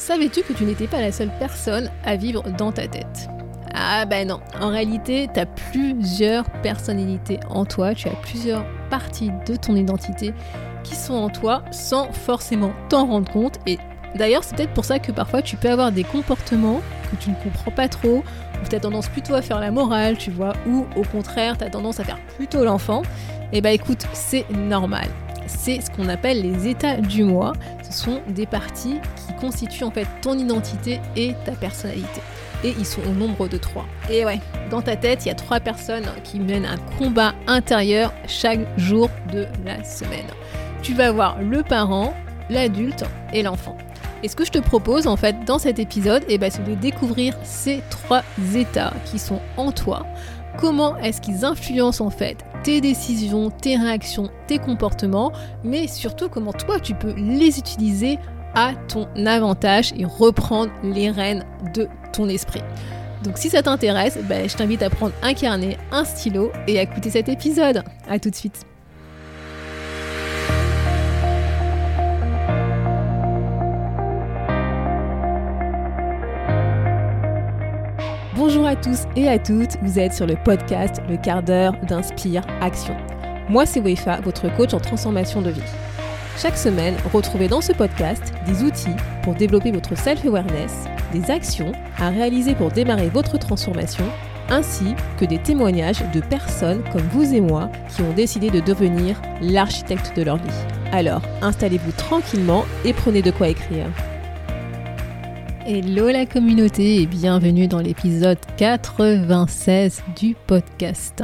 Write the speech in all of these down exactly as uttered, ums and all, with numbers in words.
Savais-tu que tu n'étais pas la seule personne à vivre dans ta tête ? Ah ben non, en réalité, tu as plusieurs personnalités en toi, tu as plusieurs parties de ton identité qui sont en toi sans forcément t'en rendre compte. Et d'ailleurs, c'est peut-être pour ça que parfois tu peux avoir des comportements que tu ne comprends pas trop, ou tu as tendance plutôt à faire la morale, tu vois, ou au contraire, tu as tendance à faire plutôt l'enfant. Et bah écoute, c'est normal. C'est ce qu'on appelle les états du moi. Ce sont des parties qui constituent en fait ton identité et ta personnalité. Et ils sont au nombre de trois. Et ouais, dans ta tête, il y a trois personnes qui mènent un combat intérieur chaque jour de la semaine. Tu vas avoir le parent, l'adulte et l'enfant. Et ce que je te propose en fait dans cet épisode, eh ben, c'est de découvrir ces trois états qui sont en toi. Comment est-ce qu'ils influencent en fait tes décisions, tes réactions, tes comportements, mais surtout comment toi tu peux les utiliser à ton avantage et reprendre les rênes de ton esprit. Donc si ça t'intéresse, ben, je t'invite à prendre un carnet, un stylo et à écouter cet épisode. À tout de suite. Bonjour à tous et à toutes, vous êtes sur le podcast Le quart d'heure d'Inspire Action. Moi c'est Wefa, votre coach en transformation de vie. Chaque semaine, retrouvez dans ce podcast des outils pour développer votre self-awareness, des actions à réaliser pour démarrer votre transformation, ainsi que des témoignages de personnes comme vous et moi qui ont décidé de devenir l'architecte de leur vie. Alors, installez-vous tranquillement et prenez de quoi écrire. Hello la communauté et bienvenue dans l'épisode quatre-vingt-seize du podcast.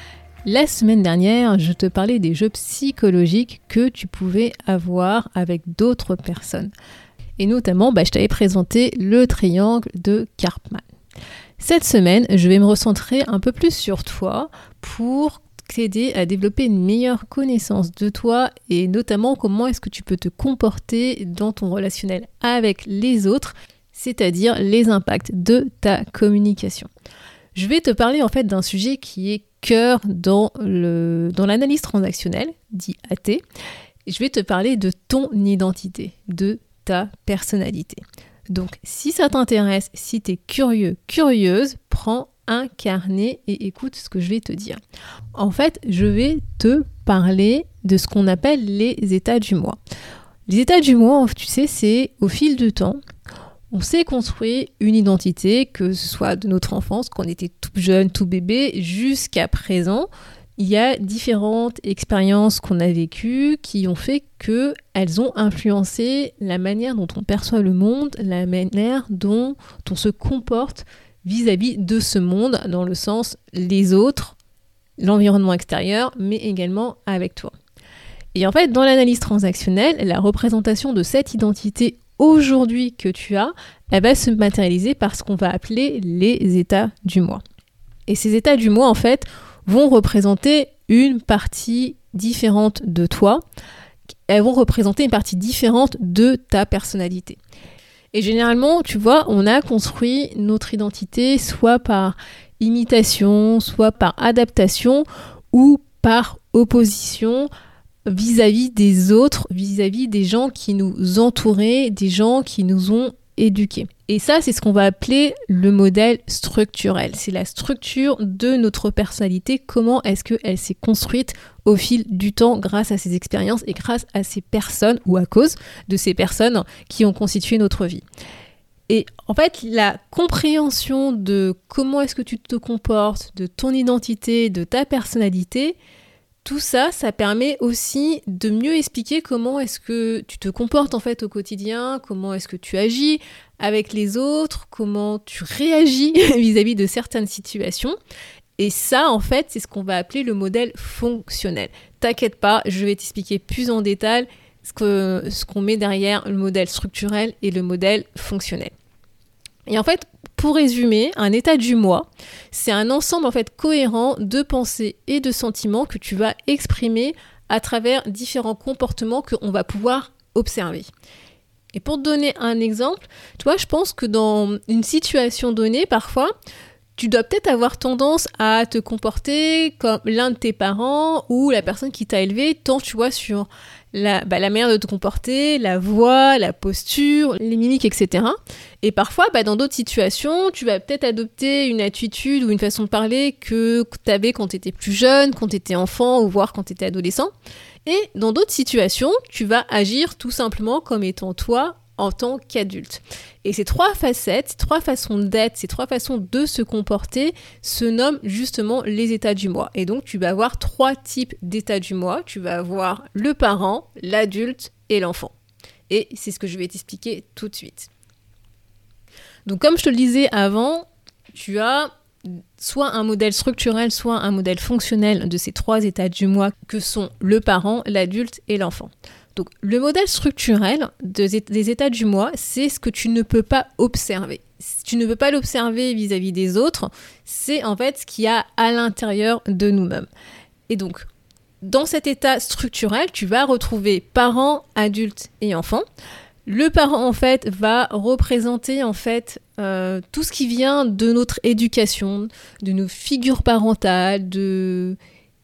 La semaine dernière, je te parlais des jeux psychologiques que tu pouvais avoir avec d'autres personnes. Et notamment, bah, je t'avais présenté le triangle de Karpman. Cette semaine, je vais me recentrer un peu plus sur toi pour t'aider à développer une meilleure connaissance de toi et notamment comment est-ce que tu peux te comporter dans ton relationnel avec les autres, c'est-à-dire les impacts de ta communication. Je vais te parler en fait d'un sujet qui est cœur dans, le, dans l'analyse transactionnelle, dit A T. Je vais te parler de ton identité, de ta personnalité. Donc si ça t'intéresse, si tu es curieux, curieuse, prends un carnet et écoute ce que je vais te dire. En fait, je vais te parler de ce qu'on appelle les états du moi. Les états du moi, tu sais, c'est au fil du temps, on s'est construit une identité, que ce soit de notre enfance, quand on était tout jeune, tout bébé, jusqu'à présent. Il y a différentes expériences qu'on a vécues qui ont fait qu'elles ont influencé la manière dont on perçoit le monde, la manière dont on se comporte vis-à-vis de ce monde, dans le sens les autres, l'environnement extérieur, mais également avec toi. Et en fait, dans l'analyse transactionnelle, la représentation de cette identité aujourd'hui que tu as, elle va se matérialiser par ce qu'on va appeler les états du moi. Et ces états du moi, en fait, vont représenter une partie différente de toi. Elles vont représenter une partie différente de ta personnalité. Et généralement, tu vois, on a construit notre identité soit par imitation, soit par adaptation ou par opposition vis-à-vis des autres, vis-à-vis des gens qui nous entouraient, des gens qui nous ont éduqués. Et ça, c'est ce qu'on va appeler le modèle structurel. C'est la structure de notre personnalité, comment est-ce qu'elle s'est construite au fil du temps grâce à ces expériences et grâce à ces personnes, ou à cause de ces personnes qui ont constitué notre vie. Et en fait, la compréhension de comment est-ce que tu te comportes, de ton identité, de ta personnalité, tout ça, ça permet aussi de mieux expliquer comment est-ce que tu te comportes en fait au quotidien, comment est-ce que tu agis avec les autres, comment tu réagis vis-à-vis de certaines situations. Et ça, en fait, c'est ce qu'on va appeler le modèle fonctionnel. T'inquiète pas, je vais t'expliquer plus en détail ce, que, ce qu'on met derrière le modèle structurel et le modèle fonctionnel. Et en fait, pour résumer, un état du moi, c'est un ensemble en fait cohérent de pensées et de sentiments que tu vas exprimer à travers différents comportements qu'on va pouvoir observer. Et pour te donner un exemple, tu vois, je pense que dans une situation donnée, parfois, tu dois peut-être avoir tendance à te comporter comme l'un de tes parents ou la personne qui t'a élevé, tant tu vois sur la, bah, la manière de te comporter, la voix, la posture, les mimiques, et cetera. Et parfois, bah, dans d'autres situations, tu vas peut-être adopter une attitude ou une façon de parler que tu avais quand tu étais plus jeune, quand tu étais enfant ou voire quand tu étais adolescent. Et dans d'autres situations, tu vas agir tout simplement comme étant toi en tant qu'adulte. Et ces trois facettes, ces trois façons d'être, ces trois façons de se comporter se nomment justement les états du moi. Et donc, tu vas avoir trois types d'états du moi. Tu vas avoir le parent, l'adulte et l'enfant. Et c'est ce que je vais t'expliquer tout de suite. Donc, comme je te le disais avant, tu as soit un modèle structurel, soit un modèle fonctionnel de ces trois états du moi que sont le parent, l'adulte et l'enfant. Donc, le modèle structurel de, des états du moi, c'est ce que tu ne peux pas observer. Si tu ne peux pas l'observer vis-à-vis des autres, c'est en fait ce qu'il y a à l'intérieur de nous-mêmes. Et donc, dans cet état structurel, tu vas retrouver parents, adultes et enfants. Le parent, en fait, va représenter, en fait, euh, tout ce qui vient de notre éducation, de nos figures parentales, de...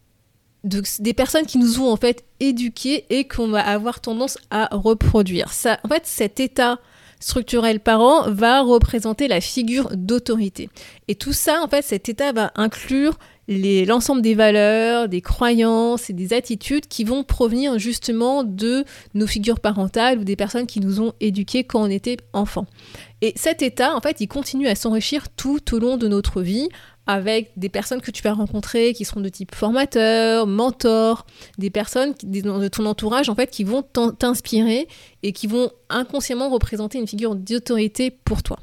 De, des personnes qui nous ont en fait éduqués et qu'on va avoir tendance à reproduire. Ça, en fait, cet état structurel parent va représenter la figure d'autorité. Et tout ça, en fait, cet état va inclure les, l'ensemble des valeurs, des croyances et des attitudes qui vont provenir justement de nos figures parentales ou des personnes qui nous ont éduqués quand on était enfant. Et cet état, en fait, il continue à s'enrichir tout au long de notre vie, avec des personnes que tu vas rencontrer qui seront de type formateur, mentor, des personnes de ton entourage en fait qui vont t'inspirer et qui vont inconsciemment représenter une figure d'autorité pour toi.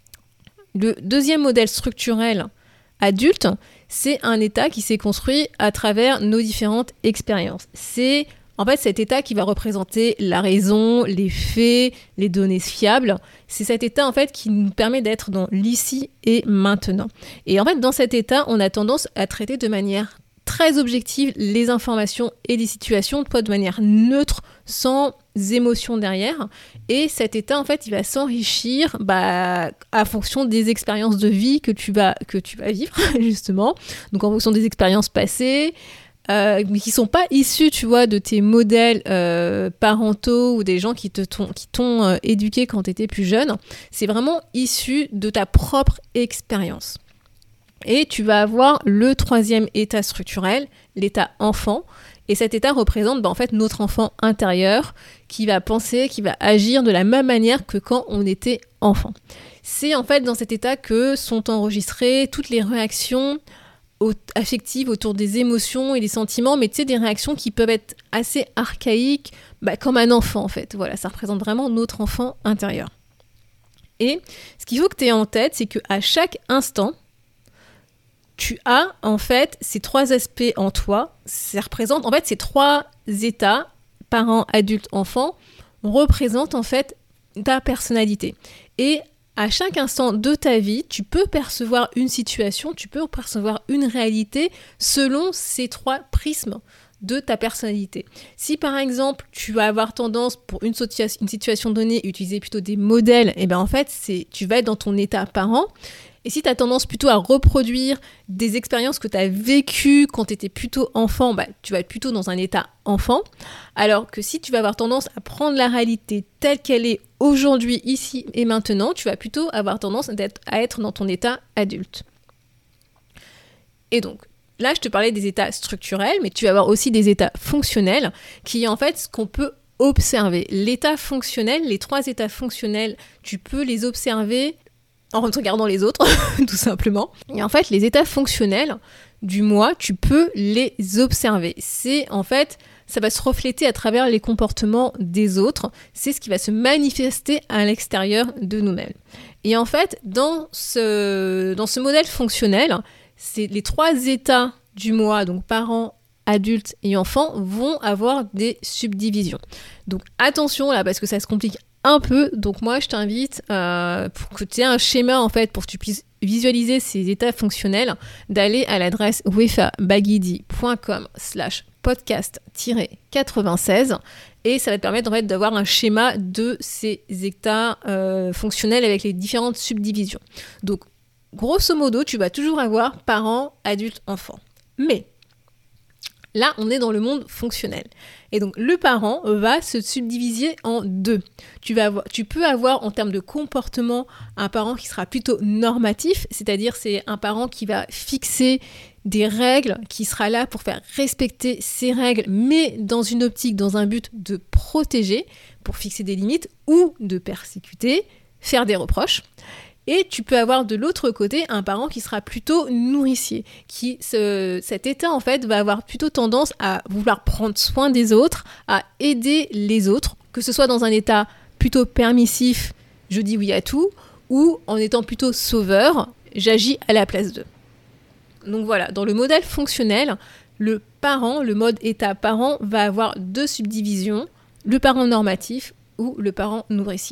Le deuxième modèle structurel adulte, c'est un état qui s'est construit à travers nos différentes expériences. C'est en fait cet état qui va représenter la raison, les faits, les données fiables. C'est cet état en fait qui nous permet d'être dans l'ici et maintenant. Et en fait dans cet état, on a tendance à traiter de manière très objective les informations et les situations, de manière neutre, sans émotion derrière. Et cet état en fait, il va s'enrichir bah, à fonction des expériences de vie que tu vas que tu vas vivre justement. Donc en fonction des expériences passées. Euh, mais qui sont pas issus, tu vois, de tes modèles euh, parentaux ou des gens qui te t'ont, qui t'ont euh, éduqué quand tu étais plus jeune. C'est vraiment issu de ta propre expérience. Et tu vas avoir le troisième état structurel, l'état enfant. Et cet état représente bah, en fait notre enfant intérieur qui va penser, qui va agir de la même manière que quand on était enfant. C'est en fait dans cet état que sont enregistrées toutes les réactions affectives autour des émotions et des sentiments, mais tu sais, des réactions qui peuvent être assez archaïques, bah, comme un enfant en fait. Voilà, ça représente vraiment notre enfant intérieur. Et ce qu'il faut que tu aies en tête, c'est qu'à chaque instant, tu as en fait ces trois aspects en toi. Ça représente en fait ces trois états, parents, adultes, enfants, représentent en fait ta personnalité. Et à chaque instant de ta vie, tu peux percevoir une situation, tu peux percevoir une réalité selon ces trois prismes de ta personnalité. Si par exemple, tu vas avoir tendance pour une, situa- une situation donnée à utiliser plutôt des modèles, et bien en fait, c'est, tu vas être dans ton état parent. Et si tu as tendance plutôt à reproduire des expériences que tu as vécues quand tu étais plutôt enfant, bah, tu vas être plutôt dans un état enfant. Alors que si tu vas avoir tendance à prendre la réalité telle qu'elle est aujourd'hui, ici et maintenant, tu vas plutôt avoir tendance d'être, à être dans ton état adulte. Et donc, là, je te parlais des états structurels, mais tu vas avoir aussi des états fonctionnels qui est en fait ce qu'on peut observer. L'état fonctionnel, les trois états fonctionnels, tu peux les observer en regardant les autres, tout simplement. Et en fait, les états fonctionnels du moi, tu peux les observer. C'est en fait, ça va se refléter à travers les comportements des autres. C'est ce qui va se manifester à l'extérieur de nous-mêmes. Et en fait, dans ce, dans ce modèle fonctionnel, c'est les trois états du moi, donc parents, adultes et enfants, vont avoir des subdivisions. Donc attention là, parce que ça se complique un peu, donc moi je t'invite euh, pour que tu aies un schéma en fait, pour que tu puisses visualiser ces états fonctionnels, d'aller à l'adresse wefabagidi.com slash podcast-quatre-vingt-seize et ça va te permettre en fait d'avoir un schéma de ces états euh, fonctionnels avec les différentes subdivisions. Donc grosso modo, tu vas toujours avoir parents, adultes, enfants. Mais là, on est dans le monde fonctionnel. Et donc, le parent va se subdiviser en deux. Tu, vas avoir, tu peux avoir, en termes de comportement, un parent qui sera plutôt normatif, c'est-à-dire c'est un parent qui va fixer des règles, qui sera là pour faire respecter ces règles, mais dans une optique, dans un but de protéger, pour fixer des limites, ou de persécuter, faire des reproches. Et tu peux avoir de l'autre côté un parent qui sera plutôt nourricier, qui ce, cet état en fait va avoir plutôt tendance à vouloir prendre soin des autres, à aider les autres, que ce soit dans un état plutôt permissif, je dis oui à tout, ou en étant plutôt sauveur, j'agis à la place d'eux. Donc voilà, dans le modèle fonctionnel, le parent, le mode état parent va avoir deux subdivisions, le parent normatif ou le parent nourricier.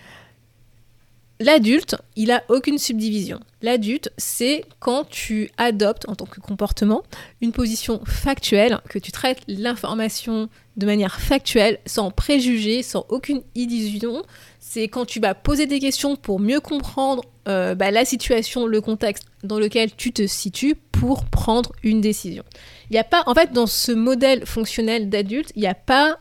L'adulte, il n'a aucune subdivision. L'adulte, c'est quand tu adoptes en tant que comportement une position factuelle, que tu traites l'information de manière factuelle, sans préjugés, sans aucune illusion. C'est quand tu vas poser des questions pour mieux comprendre euh, bah, la situation, le contexte dans lequel tu te situes pour prendre une décision. Il n'y a pas, en fait, dans ce modèle fonctionnel d'adulte, il n'y a pas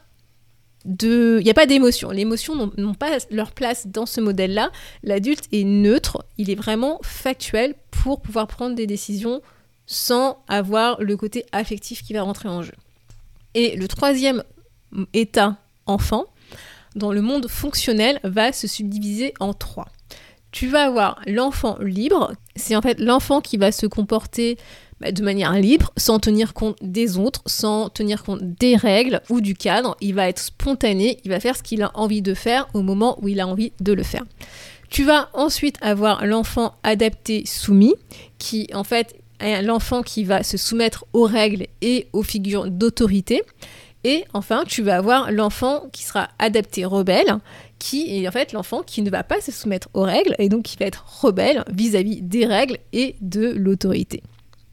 de, il n'y a pas d'émotion. Les émotions n'ont, n'ont pas leur place dans ce modèle-là. L'adulte est neutre, il est vraiment factuel pour pouvoir prendre des décisions sans avoir le côté affectif qui va rentrer en jeu. Et le troisième état enfant, dans le monde fonctionnel, va se subdiviser en trois. Tu vas avoir l'enfant libre, c'est en fait l'enfant qui va se comporter bah, de manière libre, sans tenir compte des autres, sans tenir compte des règles ou du cadre. Il va être spontané, il va faire ce qu'il a envie de faire au moment où il a envie de le faire. Tu vas ensuite avoir l'enfant adapté soumis, qui en fait est l'enfant qui va se soumettre aux règles et aux figures d'autorité. Et enfin, tu vas avoir l'enfant qui sera adapté rebelle, qui est en fait l'enfant qui ne va pas se soumettre aux règles et donc qui va être rebelle vis-à-vis des règles et de l'autorité.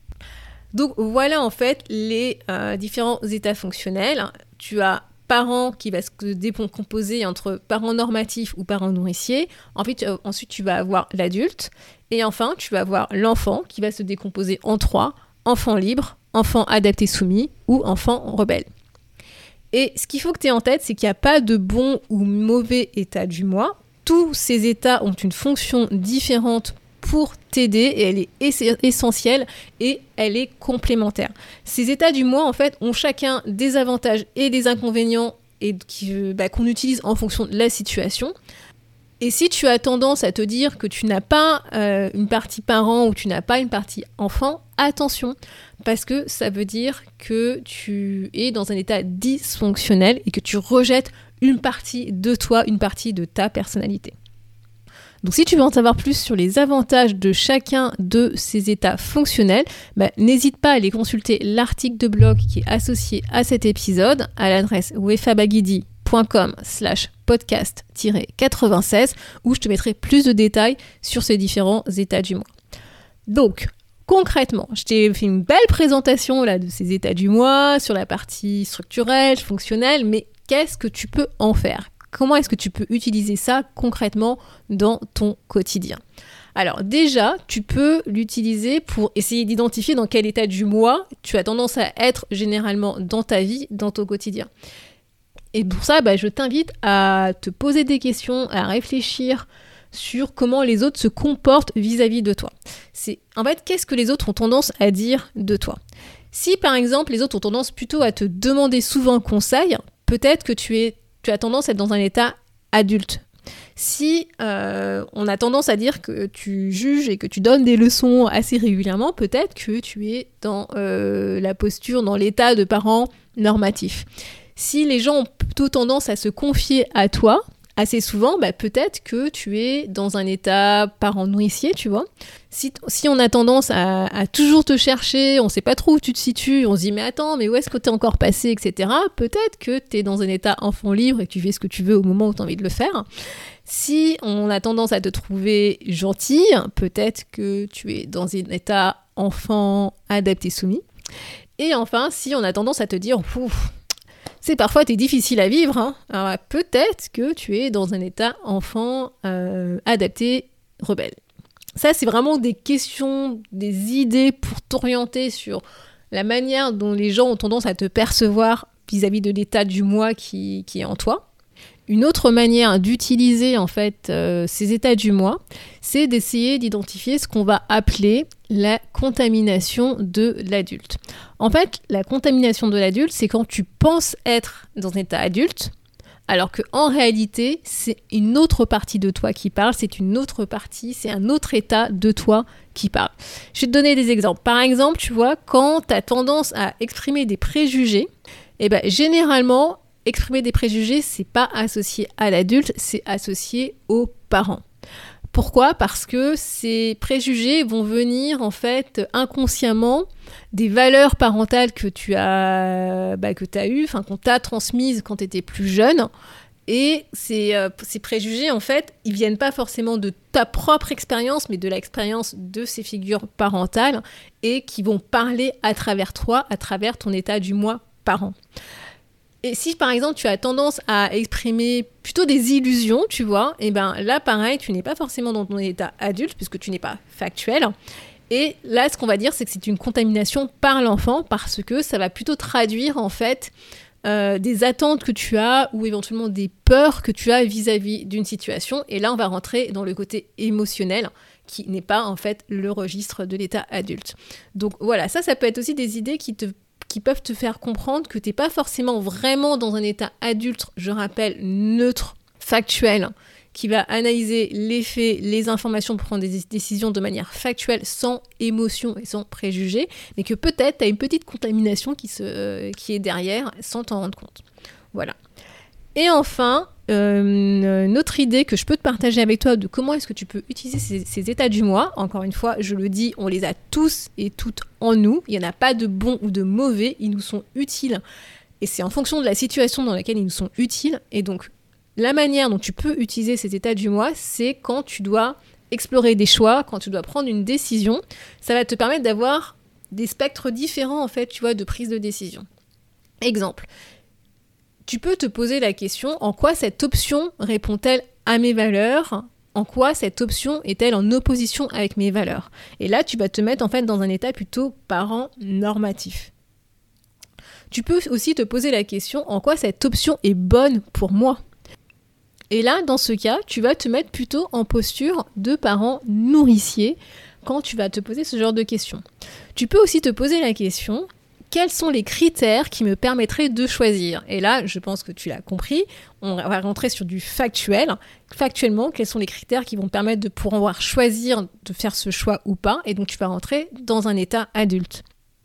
Donc voilà en fait les euh, différents états fonctionnels. Tu as parent qui va se décomposer entre parent normatif ou parent nourricier. Ensuite, euh, ensuite tu vas avoir l'adulte. Et enfin, tu vas avoir l'enfant qui va se décomposer en trois, enfant libre, enfant adapté soumis ou enfant rebelle. Et ce qu'il faut que tu aies en tête, c'est qu'il n'y a pas de bon ou mauvais état du moi. Tous ces états ont une fonction différente pour t'aider et elle est ess- essentielle et elle est complémentaire. Ces états du moi, en fait, ont chacun des avantages et des inconvénients et qui, bah, qu'on utilise en fonction de la situation. Et si tu as tendance à te dire que tu n'as pas euh, une partie parent ou tu n'as pas une partie enfant, attention, parce que ça veut dire que tu es dans un état dysfonctionnel et que tu rejettes une partie de toi, une partie de ta personnalité. Donc si tu veux en savoir plus sur les avantages de chacun de ces états fonctionnels, bah, n'hésite pas à aller consulter l'article de blog qui est associé à cet épisode à l'adresse wefabagidi point com slash podcast quatre-vingt-seize où je te mettrai plus de détails sur ces différents états du moi. Donc, concrètement, je t'ai fait une belle présentation là, de ces états du moi, sur la partie structurelle, fonctionnelle, mais qu'est-ce que tu peux en faire ? Comment est-ce que tu peux utiliser ça concrètement dans ton quotidien ? Alors déjà, tu peux l'utiliser pour essayer d'identifier dans quel état du moi tu as tendance à être généralement dans ta vie, dans ton quotidien. Et pour ça, bah, je t'invite à te poser des questions, à réfléchir sur comment les autres se comportent vis-à-vis de toi. C'est, en fait, qu'est-ce que les autres ont tendance à dire de toi ? Si, par exemple, les autres ont tendance plutôt à te demander souvent conseil, peut-être que tu, es, tu as tendance à être dans un état adulte. Si euh, on a tendance à dire que tu juges et que tu donnes des leçons assez régulièrement, peut-être que tu es dans euh, la posture, dans l'état de parent normatif. Si les gens ont plutôt tendance à se confier à toi assez souvent, bah peut-être que tu es dans un état parent nourricier, tu vois. Si, si on a tendance à, à toujours te chercher, on ne sait pas trop où tu te situes, on se dit mais attends, mais où est-ce que t'es encore passé, et cetera. Peut-être que tu es dans un état enfant libre et que tu fais ce que tu veux au moment où tu as envie de le faire. Si on a tendance à te trouver gentille, peut-être que tu es dans un état enfant adapté soumis. Et enfin, si on a tendance à te dire ouf, c'est parfois t'es difficile à vivre, hein. Alors peut-être que tu es dans un état enfant euh, adapté rebelle. Ça, c'est vraiment des questions, des idées pour t'orienter sur la manière dont les gens ont tendance à te percevoir vis-à-vis de l'état du moi qui, qui est en toi. Une autre manière d'utiliser en fait euh, ces états du moi, c'est d'essayer d'identifier ce qu'on va appeler la contamination de l'adulte. En fait, la contamination de l'adulte, c'est quand tu penses être dans un état adulte, alors qu'en réalité, c'est une autre partie de toi qui parle, c'est une autre partie, c'est un autre état de toi qui parle. Je vais te donner des exemples. Par exemple, tu vois, quand tu as tendance à exprimer des préjugés, eh ben, généralement, exprimer des préjugés, c'est pas associé à l'adulte, c'est associé aux parents. Pourquoi ? Parce que ces préjugés vont venir en fait inconsciemment des valeurs parentales que tu as, bah, que tu as eues, enfin qu'on t'a transmises quand tu étais plus jeune. Et ces, euh, ces préjugés, en fait, ils viennent pas forcément de ta propre expérience, mais de l'expérience de ces figures parentales et qui vont parler à travers toi, à travers ton état du moi parent. Et si, par exemple, tu as tendance à exprimer plutôt des illusions, tu vois, et ben là, pareil, tu n'es pas forcément dans ton état adulte, puisque tu n'es pas factuel. Et là, ce qu'on va dire, c'est que c'est une contamination par l'enfant, parce que ça va plutôt traduire, en fait, euh, des attentes que tu as, ou éventuellement des peurs que tu as vis-à-vis d'une situation. Et là, on va rentrer dans le côté émotionnel, qui n'est pas, en fait, le registre de l'état adulte. Donc voilà, ça, ça peut être aussi des idées qui te qui peuvent te faire comprendre que tu n'es pas forcément vraiment dans un état adulte, je rappelle, neutre, factuel, qui va analyser les faits, les informations pour prendre des décisions de manière factuelle, sans émotion et sans préjugés, mais que peut-être tu as une petite contamination qui, se, euh, qui est derrière sans t'en rendre compte. Voilà. Et enfin, euh, une autre idée que je peux te partager avec toi de comment est-ce que tu peux utiliser ces, ces états du moi. Encore une fois, je le dis, on les a tous et toutes en nous. Il n'y en a pas de bons ou de mauvais. Ils nous sont utiles. Et c'est en fonction de la situation dans laquelle ils nous sont utiles. Et donc, la manière dont tu peux utiliser ces états du moi, c'est quand tu dois explorer des choix, quand tu dois prendre une décision. Ça va te permettre d'avoir des spectres différents, en fait, tu vois, de prise de décision. Exemple. Tu peux te poser la question, en quoi cette option répond-elle à mes valeurs ? En quoi cette option est-elle en opposition avec mes valeurs ? Et là, tu vas te mettre en fait dans un état plutôt parent normatif. Tu peux aussi te poser la question, en quoi cette option est bonne pour moi ? Et là, dans ce cas, tu vas te mettre plutôt en posture de parent nourricier quand tu vas te poser ce genre de questions. Tu peux aussi te poser la question, quels sont les critères qui me permettraient de choisir ? Et là, je pense que tu l'as compris, on va rentrer sur du factuel. Factuellement, quels sont les critères qui vont permettre de pouvoir choisir de faire ce choix ou pas ? Et donc, tu vas rentrer dans un état adulte.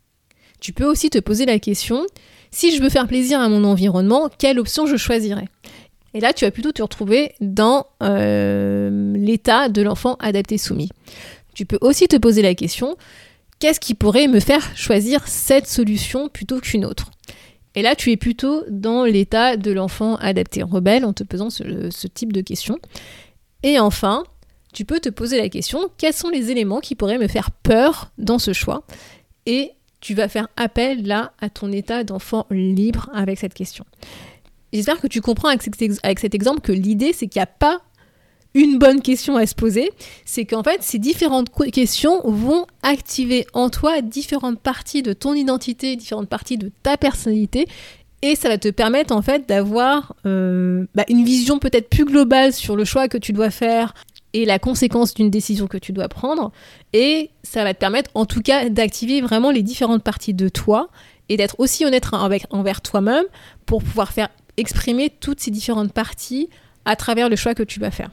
Tu peux aussi te poser la question, si je veux faire plaisir à mon environnement, quelle option je choisirais ? Et là, tu vas plutôt te retrouver dans euh, l'état de l'enfant adapté soumis. Tu peux aussi te poser la question, qu'est-ce qui pourrait me faire choisir cette solution plutôt qu'une autre ? Et là, tu es plutôt dans l'état de l'enfant adapté rebelle en te posant ce, ce type de questions. Et enfin, tu peux te poser la question, quels sont les éléments qui pourraient me faire peur dans ce choix ? Et tu vas faire appel là à ton état d'enfant libre avec cette question. J'espère que tu comprends avec cet, ex- avec cet exemple que l'idée, c'est qu'il n'y a pas une bonne question à se poser, c'est qu'en fait, ces différentes questions vont activer en toi différentes parties de ton identité, différentes parties de ta personnalité, et ça va te permettre en fait d'avoir euh, bah, une vision peut-être plus globale sur le choix que tu dois faire et la conséquence d'une décision que tu dois prendre, et ça va te permettre en tout cas d'activer vraiment les différentes parties de toi et d'être aussi honnête avec, envers toi-même pour pouvoir faire exprimer toutes ces différentes parties à travers le choix que tu vas faire.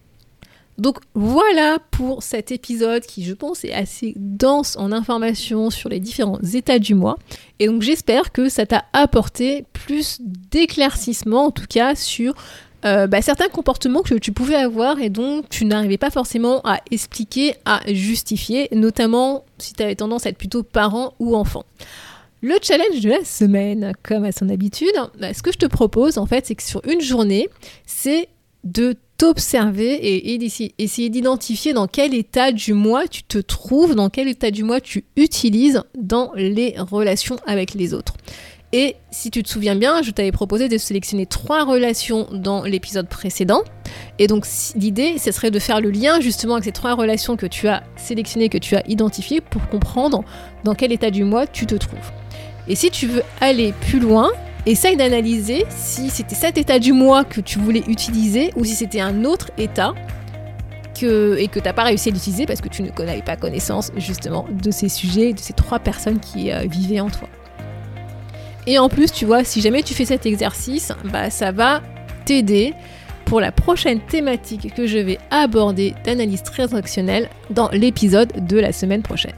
Donc voilà pour cet épisode qui, je pense, est assez dense en informations sur les différents états du moi. Et donc j'espère que ça t'a apporté plus d'éclaircissement, en tout cas, sur euh, bah, certains comportements que tu pouvais avoir et dont tu n'arrivais pas forcément à expliquer, à justifier, notamment si tu avais tendance à être plutôt parent ou enfant. Le challenge de la semaine, comme à son habitude, bah, ce que je te propose, en fait, c'est que sur une journée, c'est de t'observer et, et essayer d'identifier dans quel état du moi tu te trouves, dans quel état du moi tu utilises dans les relations avec les autres. Et si tu te souviens bien, je t'avais proposé de sélectionner trois relations dans l'épisode précédent. Et donc l'idée, ce serait de faire le lien justement avec ces trois relations que tu as sélectionnées, que tu as identifiées, pour comprendre dans quel état du mois tu te trouves. Et si tu veux aller plus loin, essaye d'analyser si c'était cet état du mois que tu voulais utiliser ou si c'était un autre état que, et que tu n'as pas réussi à l'utiliser parce que tu ne n'avais pas connaissance justement de ces sujets, de ces trois personnes qui euh, vivaient en toi. Et en plus, tu vois, si jamais tu fais cet exercice, bah, ça va t'aider pour la prochaine thématique que je vais aborder d'analyse transactionnelle dans l'épisode de la semaine prochaine.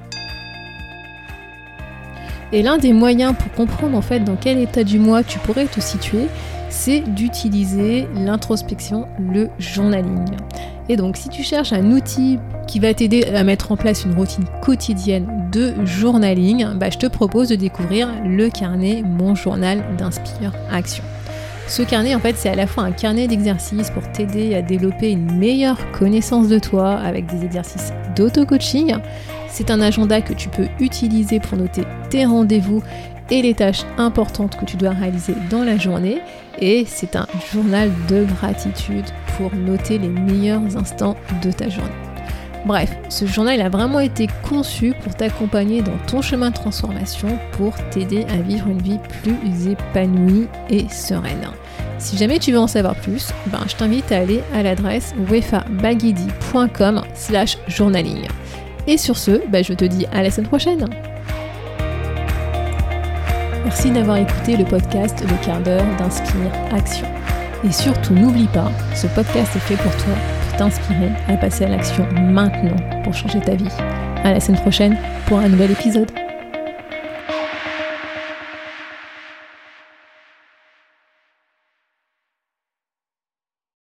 Et l'un des moyens pour comprendre en fait dans quel état du mois tu pourrais te situer, c'est d'utiliser l'introspection, le journaling. Et donc si tu cherches un outil qui va t'aider à mettre en place une routine quotidienne de journaling, bah, je te propose de découvrir le carnet Mon Journal d'Inspire Action. Ce carnet, en fait, c'est à la fois un carnet d'exercices pour t'aider à développer une meilleure connaissance de toi avec des exercices d'auto-coaching. C'est un agenda que tu peux utiliser pour noter tes rendez-vous et les tâches importantes que tu dois réaliser dans la journée. Et c'est un journal de gratitude pour noter les meilleurs instants de ta journée. Bref, ce journal a vraiment été conçu pour t'accompagner dans ton chemin de transformation, pour t'aider à vivre une vie plus épanouie et sereine. Si jamais tu veux en savoir plus, ben, je t'invite à aller à l'adresse wefabagidi point com slash journaling. Et sur ce, ben, je te dis à la semaine prochaine. Merci d'avoir écouté le podcast Le quart d'heure d'Inspire Action. Et surtout, n'oublie pas, ce podcast est fait pour toi, pour t'inspirer à passer à l'action maintenant pour changer ta vie. À la semaine prochaine pour un nouvel épisode.